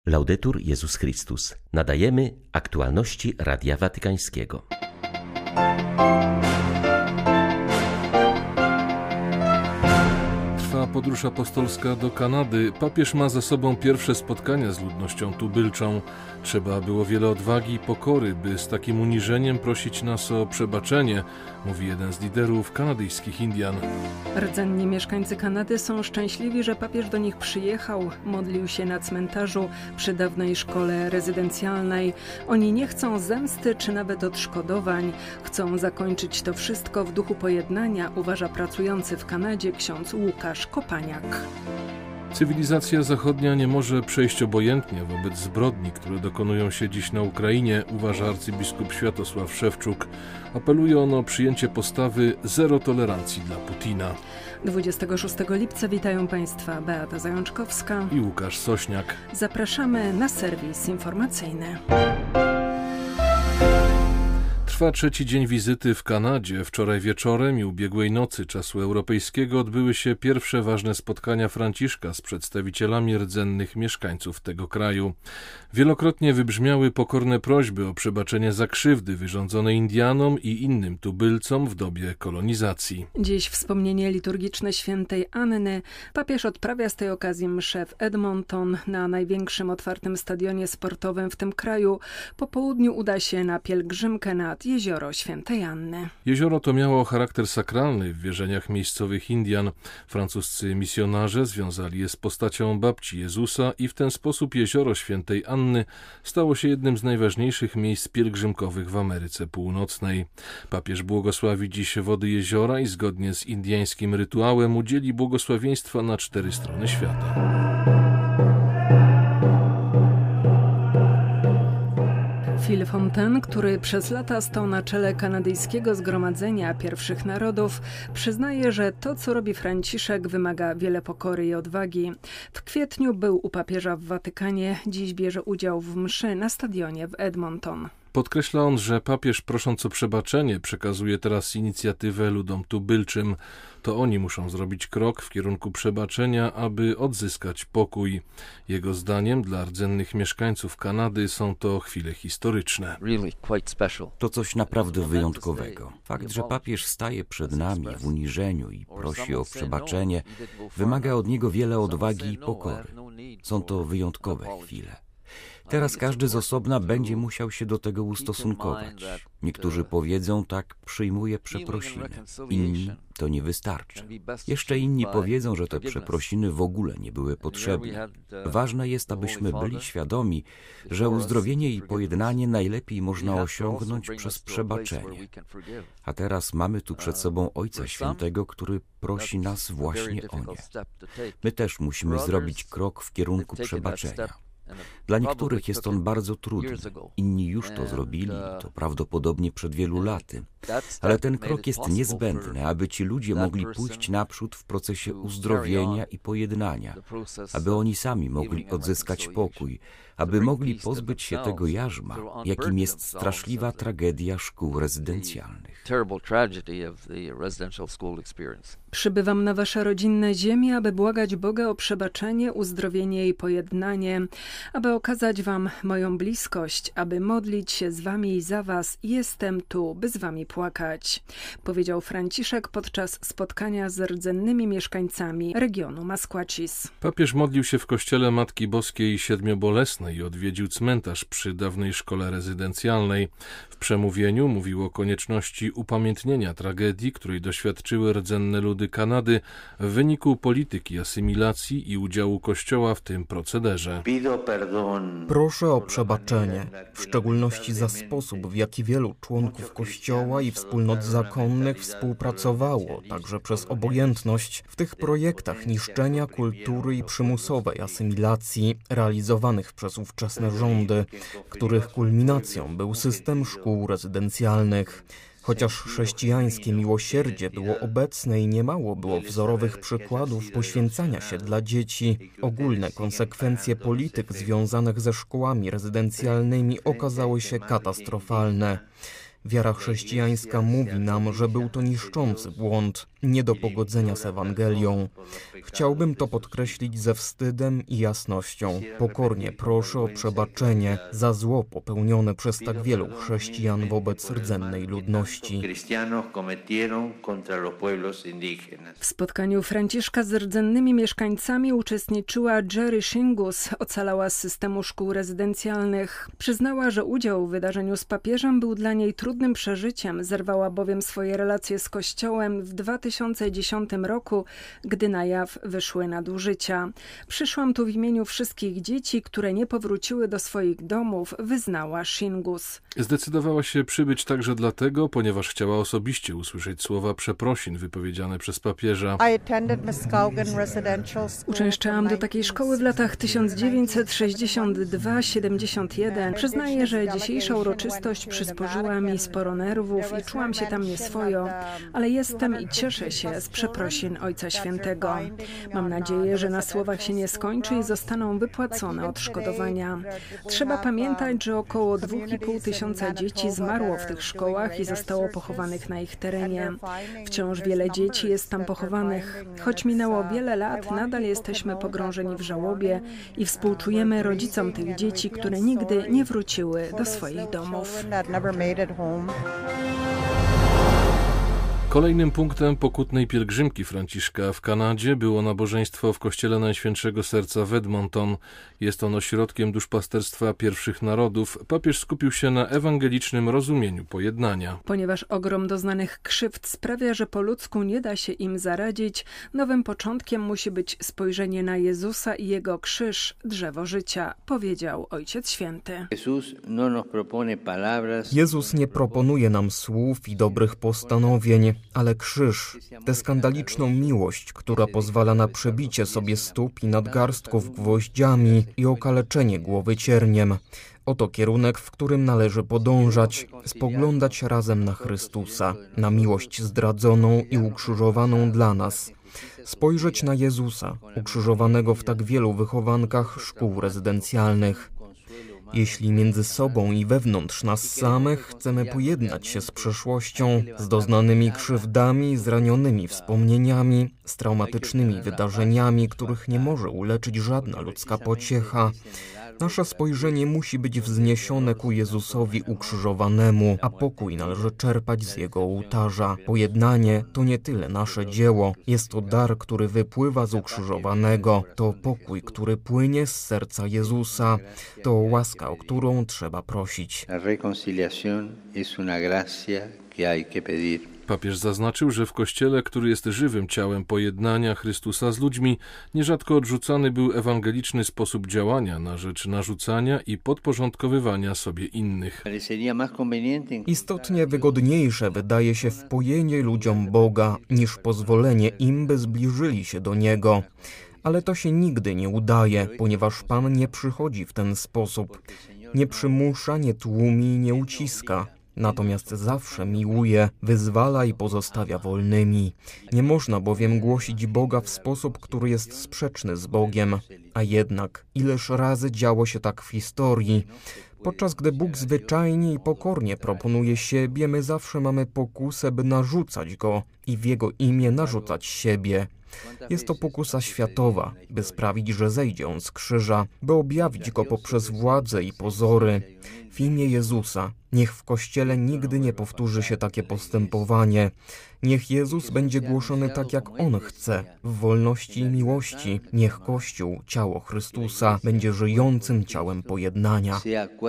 Laudetur Jezus Chrystus. Nadajemy aktualności Radia Watykańskiego. Trwa podróż apostolska do Kanady. Papież ma za sobą pierwsze spotkania z ludnością tubylczą. Trzeba było wiele odwagi i pokory, by z takim uniżeniem prosić nas o przebaczenie, mówi jeden z liderów kanadyjskich Indian. Rdzenni mieszkańcy Kanady są szczęśliwi, że papież do nich przyjechał. Modlił się na cmentarzu przy dawnej szkole rezydencjalnej. Oni nie chcą zemsty czy nawet odszkodowań. Chcą zakończyć to wszystko w duchu pojednania, uważa pracujący w Kanadzie ksiądz Łukasz Kopaniak. Cywilizacja zachodnia nie może przejść obojętnie wobec zbrodni, które dokonują się dziś na Ukrainie, uważa arcybiskup Światosław Szewczuk. Apeluje on o przyjęcie postawy zero tolerancji dla Putina. 26 lipca witają Państwa Beata Zajączkowska i Łukasz Sośniak. Zapraszamy na serwis informacyjny. Trwa trzeci dzień wizyty w Kanadzie. Wczoraj wieczorem i ubiegłej nocy czasu europejskiego odbyły się pierwsze ważne spotkania Franciszka z przedstawicielami rdzennych mieszkańców tego kraju. Wielokrotnie wybrzmiały pokorne prośby o przebaczenie za krzywdy wyrządzone Indianom i innym tubylcom w dobie kolonizacji. Dziś wspomnienie liturgiczne świętej Anny. Papież odprawia z tej okazji mszę w Edmonton na największym otwartym stadionie sportowym w tym kraju. Po południu uda się na pielgrzymkę nad Jezioro Świętej Anny. Jezioro to miało charakter sakralny w wierzeniach miejscowych Indian. Francuscy misjonarze związali je z postacią babci Jezusa i w ten sposób Jezioro Świętej Anny stało się jednym z najważniejszych miejsc pielgrzymkowych w Ameryce Północnej. Papież błogosławi dziś wody jeziora i zgodnie z indiańskim rytuałem udzieli błogosławieństwa na 4 strony świata. Phil Fontaine, który przez lata stał na czele kanadyjskiego Zgromadzenia Pierwszych Narodów, przyznaje, że to, co robi Franciszek, wymaga wiele pokory i odwagi. W kwietniu był u papieża w Watykanie, dziś bierze udział w mszy na stadionie w Edmonton. Podkreśla on, że papież, prosząc o przebaczenie, przekazuje teraz inicjatywę ludom tubylczym. To oni muszą zrobić krok w kierunku przebaczenia, aby odzyskać pokój. Jego zdaniem dla rdzennych mieszkańców Kanady są to chwile historyczne. To coś naprawdę wyjątkowego. Fakt, że papież staje przed nami w uniżeniu i prosi o przebaczenie, wymaga od niego wiele odwagi i pokory. Są to wyjątkowe chwile. Teraz każdy z osobna będzie musiał się do tego ustosunkować. Niektórzy powiedzą, tak, przyjmuję przeprosiny. Inni, to nie wystarczy. Jeszcze inni powiedzą, że te przeprosiny w ogóle nie były potrzebne. Ważne jest, abyśmy byli świadomi, że uzdrowienie i pojednanie najlepiej można osiągnąć przez przebaczenie. A teraz mamy tu przed sobą Ojca Świętego, który prosi nas właśnie o nie. My też musimy zrobić krok w kierunku przebaczenia. Dla niektórych jest on bardzo trudny. Inni już to zrobili i to prawdopodobnie przed wielu laty. Ale ten krok jest niezbędny, aby ci ludzie mogli pójść naprzód w procesie uzdrowienia i pojednania, aby oni sami mogli odzyskać pokój, aby mogli pozbyć się tego jarzma, jakim jest straszliwa tragedia szkół rezydencjalnych. Przybywam na wasze rodzinne ziemie, aby błagać Boga o przebaczenie, uzdrowienie i pojednanie, aby okazać wam moją bliskość, aby modlić się z wami i za was. Jestem tu, by z wami płakać, powiedział Franciszek podczas spotkania z rdzennymi mieszkańcami regionu Maskwacis. Papież modlił się w kościele Matki Boskiej Siedmiobolesnej i odwiedził cmentarz przy dawnej szkole rezydencjalnej. W przemówieniu mówił o konieczności upamiętnienia tragedii, której doświadczyły rdzenne ludy Kanady w wyniku polityki asymilacji i udziału Kościoła w tym procederze. Proszę o przebaczenie, w szczególności za sposób, w jaki wielu członków Kościoła i wspólnot zakonnych współpracowało, także przez obojętność, w tych projektach niszczenia kultury i przymusowej asymilacji realizowanych przez ówczesne rządy, których kulminacją był system szkół rezydencjalnych. Chociaż chrześcijańskie miłosierdzie było obecne i niemało było wzorowych przykładów poświęcania się dla dzieci, ogólne konsekwencje polityk związanych ze szkołami rezydencjalnymi okazały się katastrofalne. Wiara chrześcijańska mówi nam, że był to niszczący błąd, nie do pogodzenia z Ewangelią. Chciałbym to podkreślić ze wstydem i jasnością. Pokornie proszę o przebaczenie za zło popełnione przez tak wielu chrześcijan wobec rdzennej ludności. W spotkaniu Franciszka z rdzennymi mieszkańcami uczestniczyła Jerry Shingus, ocalała z systemu szkół rezydencjalnych. Przyznała, że udział w wydarzeniu z papieżem był dla niej trudnym przeżyciem, zerwała bowiem swoje relacje z Kościołem w 2010 roku, gdy na jaw wyszły nadużycia. Przyszłam tu w imieniu wszystkich dzieci, które nie powróciły do swoich domów, wyznała Shingus. Zdecydowała się przybyć także dlatego, ponieważ chciała osobiście usłyszeć słowa przeprosin wypowiedziane przez papieża. Uczęszczałam do takiej szkoły w latach 1962-71. Przyznaję, że dzisiejsza uroczystość przysporzyła mi sporo nerwów i czułam się tam nieswojo, ale jestem i cieszę się z przeprosin Ojca Świętego. Mam nadzieję, że na słowach się nie skończy i zostaną wypłacone odszkodowania. Trzeba pamiętać, że około 2,5 tysiąca dzieci zmarło w tych szkołach i zostało pochowanych na ich terenie. Wciąż wiele dzieci jest tam pochowanych. Choć minęło wiele lat, nadal jesteśmy pogrążeni w żałobie i współczujemy rodzicom tych dzieci, które nigdy nie wróciły do swoich domów. Kolejnym punktem pokutnej pielgrzymki Franciszka w Kanadzie było nabożeństwo w kościele Najświętszego Serca w Edmonton. Jest ono ośrodkiem duszpasterstwa pierwszych narodów. Papież skupił się na ewangelicznym rozumieniu pojednania. Ponieważ ogrom doznanych krzywd sprawia, że po ludzku nie da się im zaradzić, nowym początkiem musi być spojrzenie na Jezusa i Jego krzyż, drzewo życia, powiedział Ojciec Święty. Jezus nie proponuje nam słów i dobrych postanowień, ale krzyż, tę skandaliczną miłość, która pozwala na przebicie sobie stóp i nadgarstków gwoździami i okaleczenie głowy cierniem. Oto kierunek, w którym należy podążać, spoglądać razem na Chrystusa, na miłość zdradzoną i ukrzyżowaną dla nas. Spojrzeć na Jezusa, ukrzyżowanego w tak wielu wychowankach szkół rezydencjalnych. Jeśli między sobą i wewnątrz nas samych chcemy pojednać się z przeszłością, z doznanymi krzywdami, zranionymi wspomnieniami, z traumatycznymi wydarzeniami, których nie może uleczyć żadna ludzka pociecha, nasze spojrzenie musi być wzniesione ku Jezusowi ukrzyżowanemu, a pokój należy czerpać z Jego ołtarza. Pojednanie to nie tyle nasze dzieło, jest to dar, który wypływa z ukrzyżowanego, to pokój, który płynie z serca Jezusa, to łaska, o którą trzeba prosić. Papież zaznaczył, że w Kościele, który jest żywym ciałem pojednania Chrystusa z ludźmi, nierzadko odrzucany był ewangeliczny sposób działania na rzecz narzucania i podporządkowywania sobie innych. Istotnie wygodniejsze wydaje się wpojenie ludziom Boga, niż pozwolenie im, by zbliżyli się do Niego. Ale to się nigdy nie udaje, ponieważ Pan nie przychodzi w ten sposób. Nie przymusza, nie tłumi, nie uciska. Natomiast zawsze miłuje, wyzwala i pozostawia wolnymi. Nie można bowiem głosić Boga w sposób, który jest sprzeczny z Bogiem. A jednak, ileż razy działo się tak w historii. Podczas gdy Bóg zwyczajnie i pokornie proponuje siebie, my zawsze mamy pokusę, by narzucać Go i w Jego imię narzucać siebie. Jest to pokusa światowa, by sprawić, że zejdzie On z krzyża, by objawić Go poprzez władzę i pozory. W imię Jezusa, niech w Kościele nigdy nie powtórzy się takie postępowanie. Niech Jezus będzie głoszony tak, jak On chce, w wolności i miłości. Niech Kościół, ciało Chrystusa, będzie żyjącym ciałem pojednania.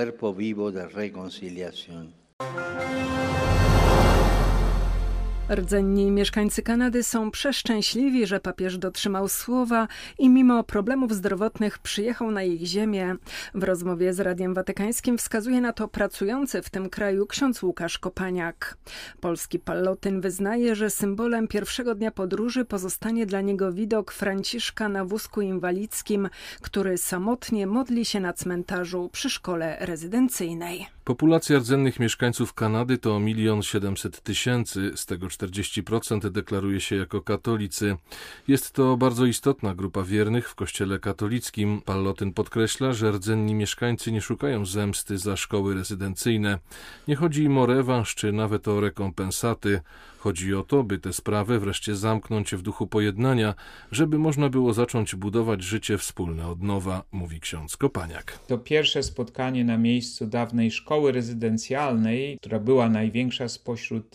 Rdzenni mieszkańcy Kanady są przeszczęśliwi, że papież dotrzymał słowa i mimo problemów zdrowotnych przyjechał na ich ziemię. W rozmowie z Radiem Watykańskim wskazuje na to pracujący w tym kraju ksiądz Łukasz Kopaniak. Polski pallotyn wyznaje, że symbolem pierwszego dnia podróży pozostanie dla niego widok Franciszka na wózku inwalidzkim, który samotnie modli się na cmentarzu przy szkole rezydencyjnej. Populacja rdzennych mieszkańców Kanady to 1 700 000, z tego 40% deklaruje się jako katolicy. Jest to bardzo istotna grupa wiernych w Kościele katolickim. Pallotyn podkreśla, że rdzenni mieszkańcy nie szukają zemsty za szkoły rezydencyjne. Nie chodzi im o rewanż czy nawet o rekompensaty. Chodzi o to, by tę sprawę wreszcie zamknąć w duchu pojednania, żeby można było zacząć budować życie wspólne od nowa, mówi ksiądz Kopaniak. To pierwsze spotkanie na miejscu dawnej szkoły rezydencjalnej, która była największa spośród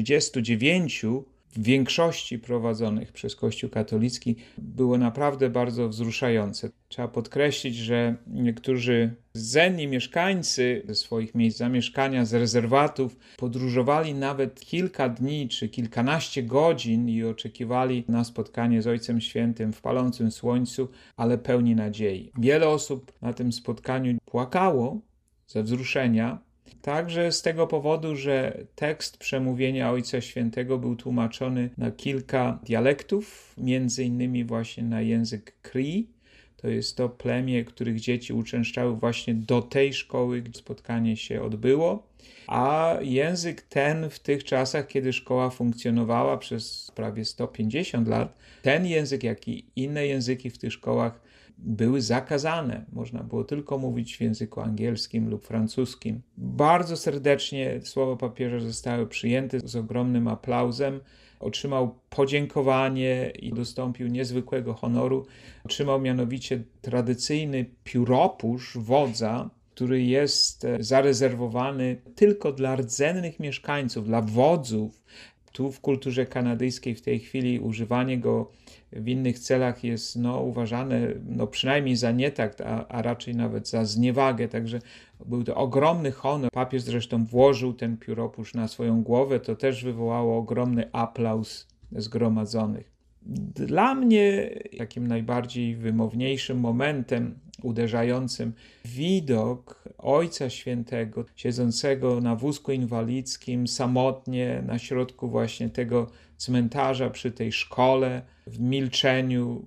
139 w większości prowadzonych przez Kościół katolicki, było naprawdę bardzo wzruszające. Trzeba podkreślić, że niektórzy rdzenni mieszkańcy ze swoich miejsc zamieszkania, z rezerwatów, podróżowali nawet kilka dni czy kilkanaście godzin i oczekiwali na spotkanie z Ojcem Świętym w palącym słońcu, ale pełni nadziei. Wiele osób na tym spotkaniu płakało ze wzruszenia, także z tego powodu, że tekst przemówienia Ojca Świętego był tłumaczony na kilka dialektów, między innymi właśnie na język Cree. To jest to plemię, których dzieci uczęszczały właśnie do tej szkoły, gdzie spotkanie się odbyło. A język ten w tych czasach, kiedy szkoła funkcjonowała przez prawie 150 lat, ten język, jak i inne języki w tych szkołach były zakazane. Można było tylko mówić w języku angielskim lub francuskim. Bardzo serdecznie słowa papieża zostały przyjęte z ogromnym aplauzem. Otrzymał podziękowanie i dostąpił niezwykłego honoru. Otrzymał mianowicie tradycyjny pióropusz wodza, który jest zarezerwowany tylko dla rdzennych mieszkańców, dla wodzów. Tu w kulturze kanadyjskiej w tej chwili używanie go w innych celach jest uważane przynajmniej za nietakt, a raczej nawet za zniewagę. Także był to ogromny honor. Papież zresztą włożył ten pióropusz na swoją głowę. To też wywołało ogromny aplauz zgromadzonych. Dla mnie takim najbardziej wymowniejszym momentem uderzającym widok Ojca Świętego siedzącego na wózku inwalidzkim samotnie na środku właśnie tego cmentarza przy tej szkole w milczeniu.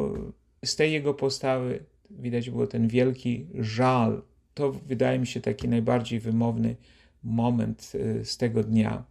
Z tej jego postawy widać było ten wielki żal. To wydaje mi się taki najbardziej wymowny moment z tego dnia.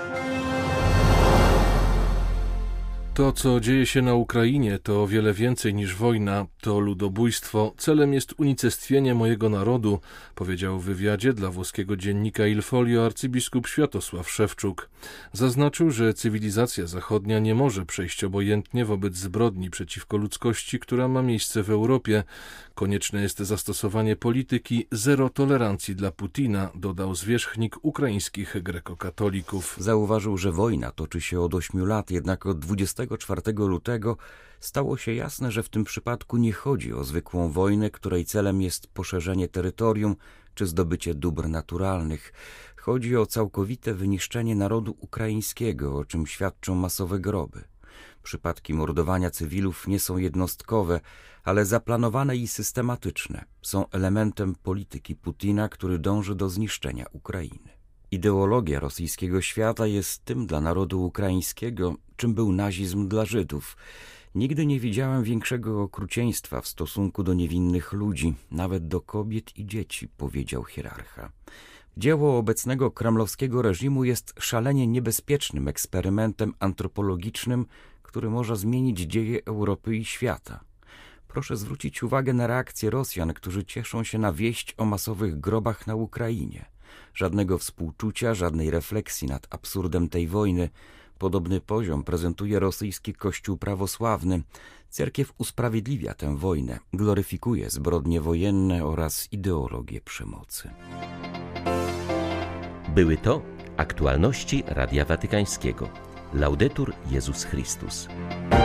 To, co dzieje się na Ukrainie, to o wiele więcej niż wojna, to ludobójstwo. Celem jest unicestwienie mojego narodu, powiedział w wywiadzie dla włoskiego dziennika Il Foglio arcybiskup Światosław Szewczuk. Zaznaczył, że cywilizacja zachodnia nie może przejść obojętnie wobec zbrodni przeciwko ludzkości, która ma miejsce w Europie. Konieczne jest zastosowanie polityki zero tolerancji dla Putina, dodał zwierzchnik ukraińskich grekokatolików. Zauważył, że wojna toczy się od 8 lat, jednak od 24 lutego stało się jasne, że w tym przypadku nie chodzi o zwykłą wojnę, której celem jest poszerzenie terytorium czy zdobycie dóbr naturalnych. Chodzi o całkowite wyniszczenie narodu ukraińskiego, o czym świadczą masowe groby. Przypadki mordowania cywilów nie są jednostkowe, ale zaplanowane i systematyczne. Są elementem polityki Putina, który dąży do zniszczenia Ukrainy. Ideologia rosyjskiego świata jest tym dla narodu ukraińskiego, czym był nazizm dla Żydów. Nigdy nie widziałem większego okrucieństwa w stosunku do niewinnych ludzi, nawet do kobiet i dzieci, powiedział hierarcha. Dzieło obecnego kremlowskiego reżimu jest szalenie niebezpiecznym eksperymentem antropologicznym, który może zmienić dzieje Europy i świata. Proszę zwrócić uwagę na reakcję Rosjan, którzy cieszą się na wieść o masowych grobach na Ukrainie. Żadnego współczucia, żadnej refleksji nad absurdem tej wojny. Podobny poziom prezentuje rosyjski Kościół prawosławny. Cerkiew usprawiedliwia tę wojnę, gloryfikuje zbrodnie wojenne oraz ideologię przemocy. Były to aktualności Radia Watykańskiego. Laudetur Jezus Chrystus.